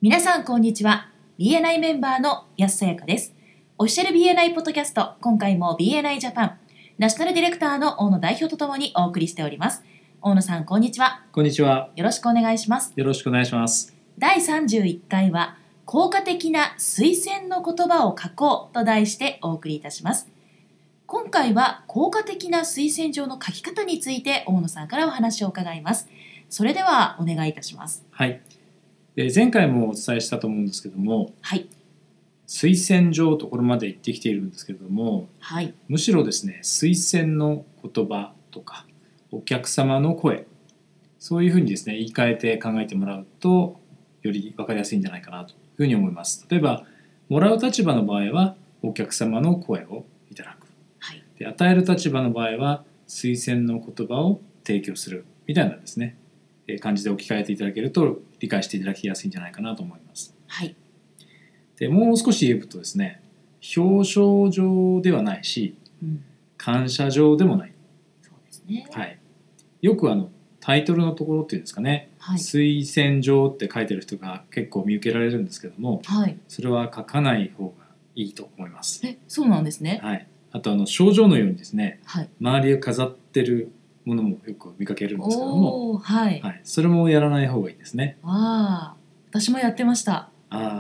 皆さんこんにちは。 BNI メンバーの安さやかです。オフィシャル BNI ポッドキャスト、今回も BNI ジャパンナショナルディレクターの大野代表とともにお送りしております。大野さんこんにちは。 こんにちは。 よろしくお願いします。 よろしくお願いします。 第31回は効果的な推薦の言葉を書こうと題してお送りいたします。今回は効果的な推薦状の書き方について大野さんからお話を伺います。それではお願いいたします。 はい。前回もお伝えしたと思うんですけども、 はい、 推薦状とこれまで言ってきているんですけれども、 はい、 むしろですね、推薦の言葉とかお客様の声、そういうふうにですね言い換えて考えてもらうとより分かりやすいんじゃないかなというふうに思います。例えばもらう立場の場合はお客様の声をいただく、 はい、 で与える立場の場合は推薦の言葉を提供するみたいなですね感じで置き換えていただけると理解していただきやすいんじゃないかなと思います。 はい、 でもう少し言うとですね、表彰状ではないし、感謝状でもない。 そうですね。 はい、よくタイトルのところっていうんですかね、 はい、 推薦状って書いてる人が結構見受けられるんですけども、 はい、 それは書かない方がいいと思います。 そうなんですね。 はい、あと症状のようにですね、 はい、 周りを飾ってるものもよく見かけるんですけども、 はいはい、それもやらない方がいいですね。 私もやってました。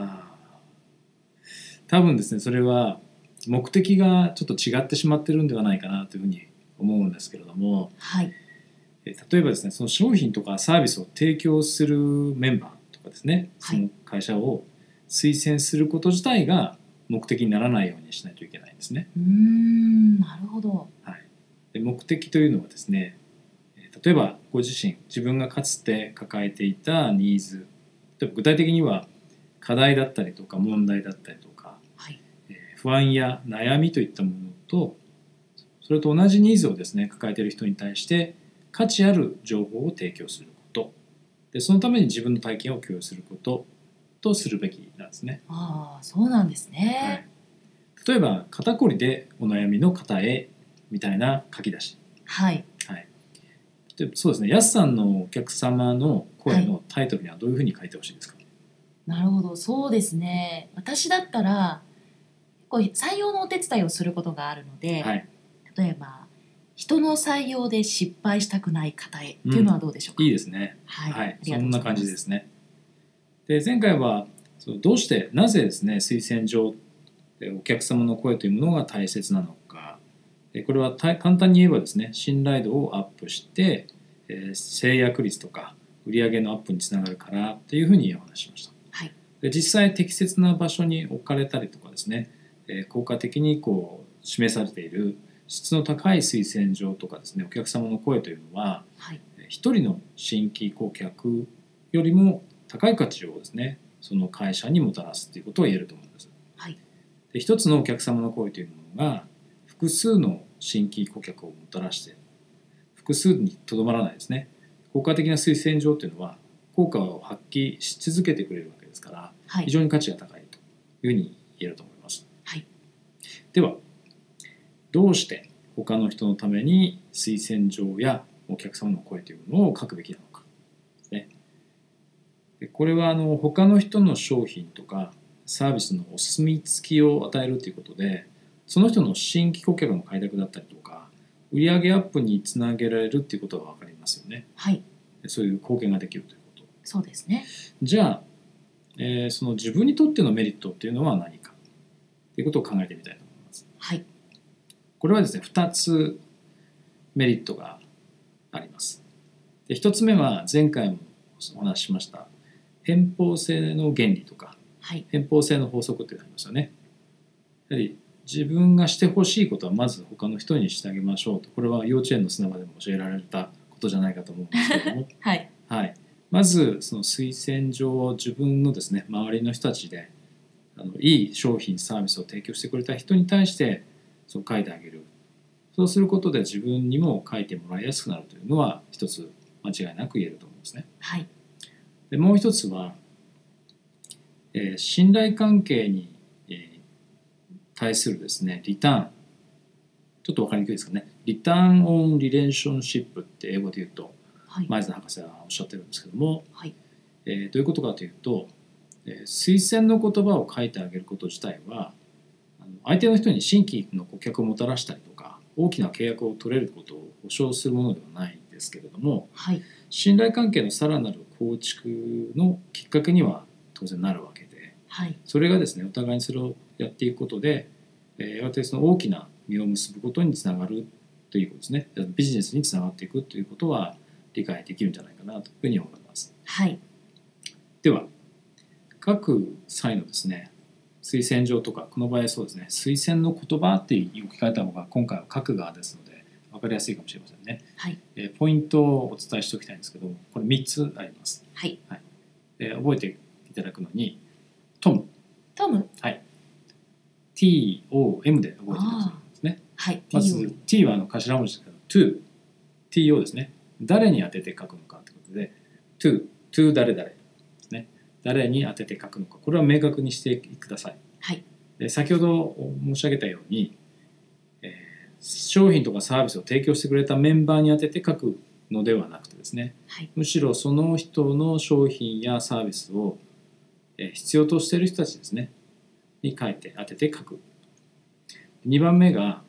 多分ですね、それは目的がちょっと違ってしまってるんではないかなというふうに思うんですけれども、 はい、 例えばですね、その商品とかサービスを提供するメンバーとかですね、その会社を推薦すること自体が目的にならないようにしないといけないんですね。 なるほど。 はい、で目的というのはですね、例えばご自身、自分がかつて抱えていたニーズ、例えば具体的には課題だったりとか問題だったりとか、 はい、 不安や悩みといったものとそれと同じニーズをですね抱えている人に対して価値ある情報を提供することで、そのために自分の体験を共有することとするべきなんですね。 そうなんですね。 はい、例えば肩こりでお悩みの方へみたいな書き出し、 はいはい、でそうですね、やすさんのお客様の声のタイトルにはどういうふうに書いてほしいですか？ なるほど、そうですね。私だったら採用のお手伝いをすることがあるので、 はい、 例えば人の採用で失敗したくない方へっていうのはどうでしょうか？ いいですね。 はい、 そんな感じですね。で前回はどうしてなぜですね推薦状お客様の声というものが大切なのか、これは簡単に言えばですね、信頼度をアップして制約率とか売上のアップにつながるからというふうにお話ししました。 はい、 で実際適切な場所に置かれたりとかですね、効果的に示されている質の高い推薦状とかですね、お客様の声というのは、 はい、 一人の新規顧客よりも高い価値をですねその会社にもたらすということを言えると思うんです。 はい、 で一つのお客様の声というものが複数の新規顧客をもたらして複数にとどまらないですね、効果的な推薦状というのは効果を発揮し続けてくれるわけですから、 はい、 非常に価値が高いというふうに言えると思います。 はい、 ではどうして他の人のために推薦状やお客様の声というものを書くべきなのかですね。でこれは他の人の商品とかサービスのお墨付きを与えるということで、その人の新規顧客の開拓だったりとか売上アップにつなげられるということが分かりますよね。 はい、 そういう貢献ができるということ。 そうですね。 じゃあ、その自分にとってのメリットっていうのは何かということを考えてみたいと思います。 はい、 これはですね2つメリットがあります。で1つ目は前回もお話ししました偏方性の原理とか、 はい、 偏方性の法則っていうのがありますよね。やはり自分がしてほしいことはまず他の人にしてあげましょうと、これは幼稚園の砂場でも教えられたことじゃないかと思うんですけれどもはい、 はい、まずその推薦状を自分のですね周りの人たちでいい商品サービスを提供してくれた人に対してそう書いてあげる。そうすることで自分にも書いてもらいやすくなるというのは一つ間違いなく言えると思うんですね。 はい、 でもう一つは、信頼関係に、対するですねリターン、ちょっと分かりにくいですかね、リターンオンリレーションシップって英語で言うと、 はい、 前津博士はおっしゃってるんですけども、 はい、 どういうことかというと、 推薦の言葉を書いてあげること自体は相手の人に新規の顧客をもたらしたりとか大きな契約を取れることを保証するものではないですけれども、 はい、 信頼関係のさらなる構築のきっかけには当然なるわけで、 はい、 それがですねお互いにそれをやっていくことでやがてその大きな実を結ぶことにつながるということですね。ビジネスにつながっていくということは理解できるんじゃないかなというふうに思います。 はい、 では書く際のですね推薦状とかこの場合はそうですね推薦の言葉っていう置き換えた方が今回は書く側ですので分かりやすいかもしれませんね。 はい、 ポイントをお伝えしておきたいんですけどもこれ3つあります。 はい、 覚えていただくのにトム、 トム、 はい、TOM で覚えていただくんですね。 はい、 まず T は頭文字ですけど TO ですね。誰に当てて書くのかということで to 誰々ですね。誰に当てて書くのかこれは明確にしてください。 はい、 で先ほど申し上げたように、商品とかサービスを提供してくれたメンバーに当てて書くのではなくてですね、 はい、 むしろその人の商品やサービスを必要としている人たちですねに書いて当てて書く。2番目が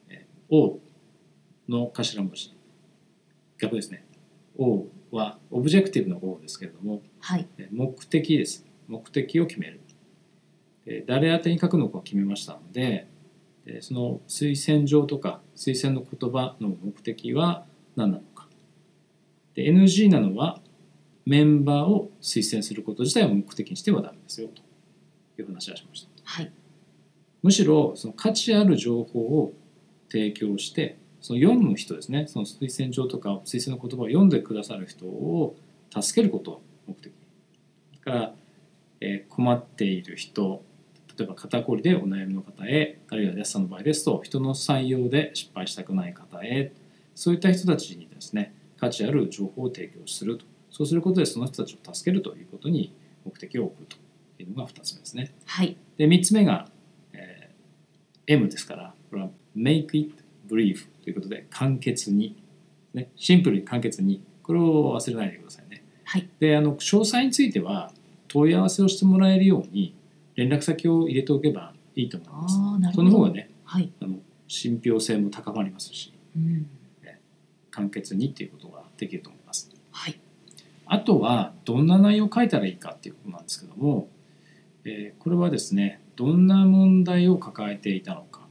O の頭文字逆ですね。 O はオブジェクティブの O ですけれども、 はい、 目的です。目的を決める。誰宛てに書くのかを決めましたのでその推薦状とか推薦の言葉の目的は何なのか。で NG なのはメンバーを推薦すること自体を目的にしてはダメですよという話をしました。 はい、 むしろその価値ある情報を提供してその読む人ですねその推薦状とか推薦の言葉を読んでくださる人を助けることを目的だから、困っている人例えば肩こりでお悩みの方へあるいは安さんの場合ですと人の採用で失敗したくない方へそういった人たちにですね価値ある情報を提供するとそうすることでその人たちを助けるということに目的を置くというのが2つ目ですね。 はい、 で3つ目が、M ですからこれは Make it brief ということで簡潔に、ね、シンプルに簡潔にこれを忘れないでくださいね。 はい、 で詳細については問い合わせをしてもらえるように連絡先を入れておけばいいと思います。 なるほど。 その方がね、 はい、 信憑性も高まりますし、 うん、 簡潔にっていうことができると思います。 はい、 あとはどんな内容を書いたらいいかっていうことなんですけども、これはですねどんな問題を抱えていたのか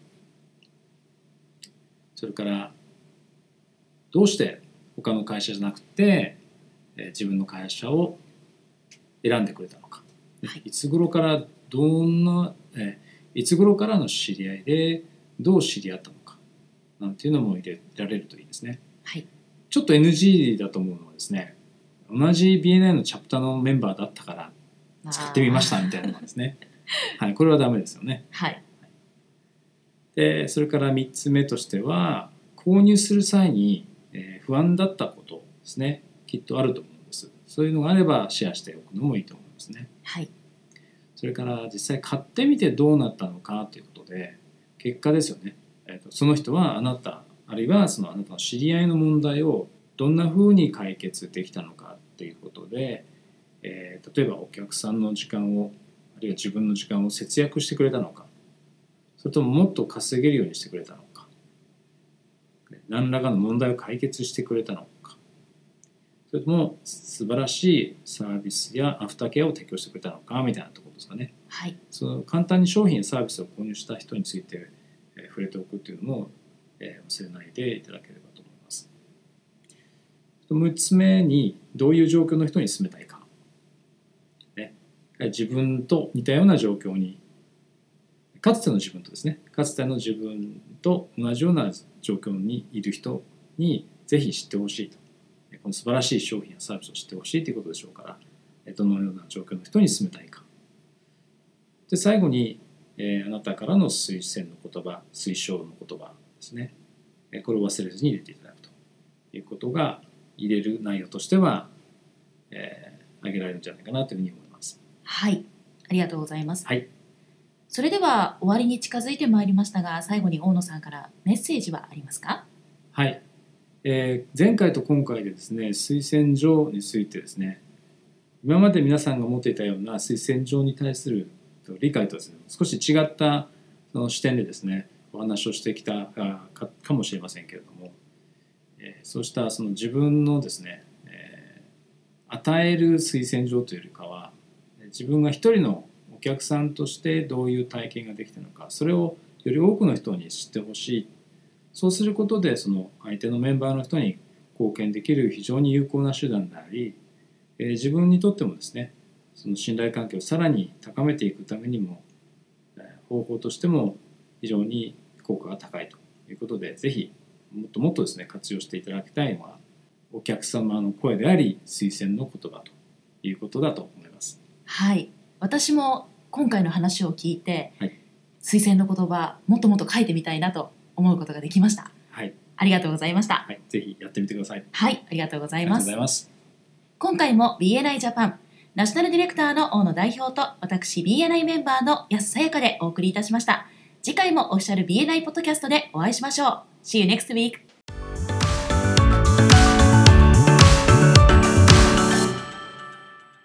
それからどうして他の会社じゃなくて、自分の会社を選んでくれたのか、 はい、 いつ頃からいつ頃からの知り合いでどう知り合ったのかなんていうのも入れられるといいですね。 はい、 ちょっと NG だと思うのはですね同じ BNI のチャプターのメンバーだったから使ってみましたみたいなのがですねはい、これはダメですよね。 はい、 でそれから3つ目としては購入する際に、不安だったことですねきっとあると思うんです。そういうのがあればシェアしておくのもいいと思いますね。 はい、 それから実際買ってみてどうなったのかということで結果ですよね。その人はあなたあるいはそのあなたの知り合いの問題をどんなふうに解決できたのかっていうことで、例えばお客さんの時間をあるいは自分の時間を節約してくれたのかそれとももっと稼げるようにしてくれたのか何らかの問題を解決してくれたのかそれとも素晴らしいサービスやアフターケアを提供してくれたのかみたいなところですかね。 はい、 その簡単に商品やサービスを購入した人について触れておくっていうのも忘れないでいただければと思います。6つ目にどういう状況の人に勧めたいか、ね、自分と似たような状況にかつての自分とですねかつての自分と同じような状況にいる人にぜひ知ってほしいとこの素晴らしい商品やサービスを知ってほしいということでしょうからどのような状況の人に勧めたいかで最後にあなたからの推薦の言葉推奨の言葉ですねこれを忘れずに入れていただくということが入れる内容としては、挙げられるんじゃないかなというふうに思います。 はい、ありがとうございます。 はい、 それでは終わりに近づいてまいりましたが最後に大野さんからメッセージはありますか？ はい、前回と今回でですね推薦状についてですね今まで皆さんが持っていたような推薦状に対する理解とですね、少し違ったその視点でですねお話をしてきたかもしれませんけれども、そうしたその自分のですね、与える推薦状というよりかは、自分が一人のお客さんとしてどういう体験ができたのか、それをより多くの人に知ってほしい。そうすることでその相手のメンバーの人に貢献できる非常に有効な手段であり、自分にとってもですね、その信頼関係をさらに高めていくためにも、方法としても非常に効果が高いということで、ぜひもっともっとですね活用していただきたいのは、お客様の声であり推薦の言葉ということだと思います。 はい、私も今回の話を聞いて、 はい、 推薦の言葉もっともっと書いてみたいなと思うことができました。 はい、 ありがとうございました。 はい、ぜひやってみてください。 はい、ありがとうございありがます。 とうございます。 今回も BNI ジャパンナショナルディレクターの大野代表と私 BNI メンバーの安さやかでお送りいたしました。次回もオフィシャル BNI ポッドキャストでお会いしましょう。See you next week!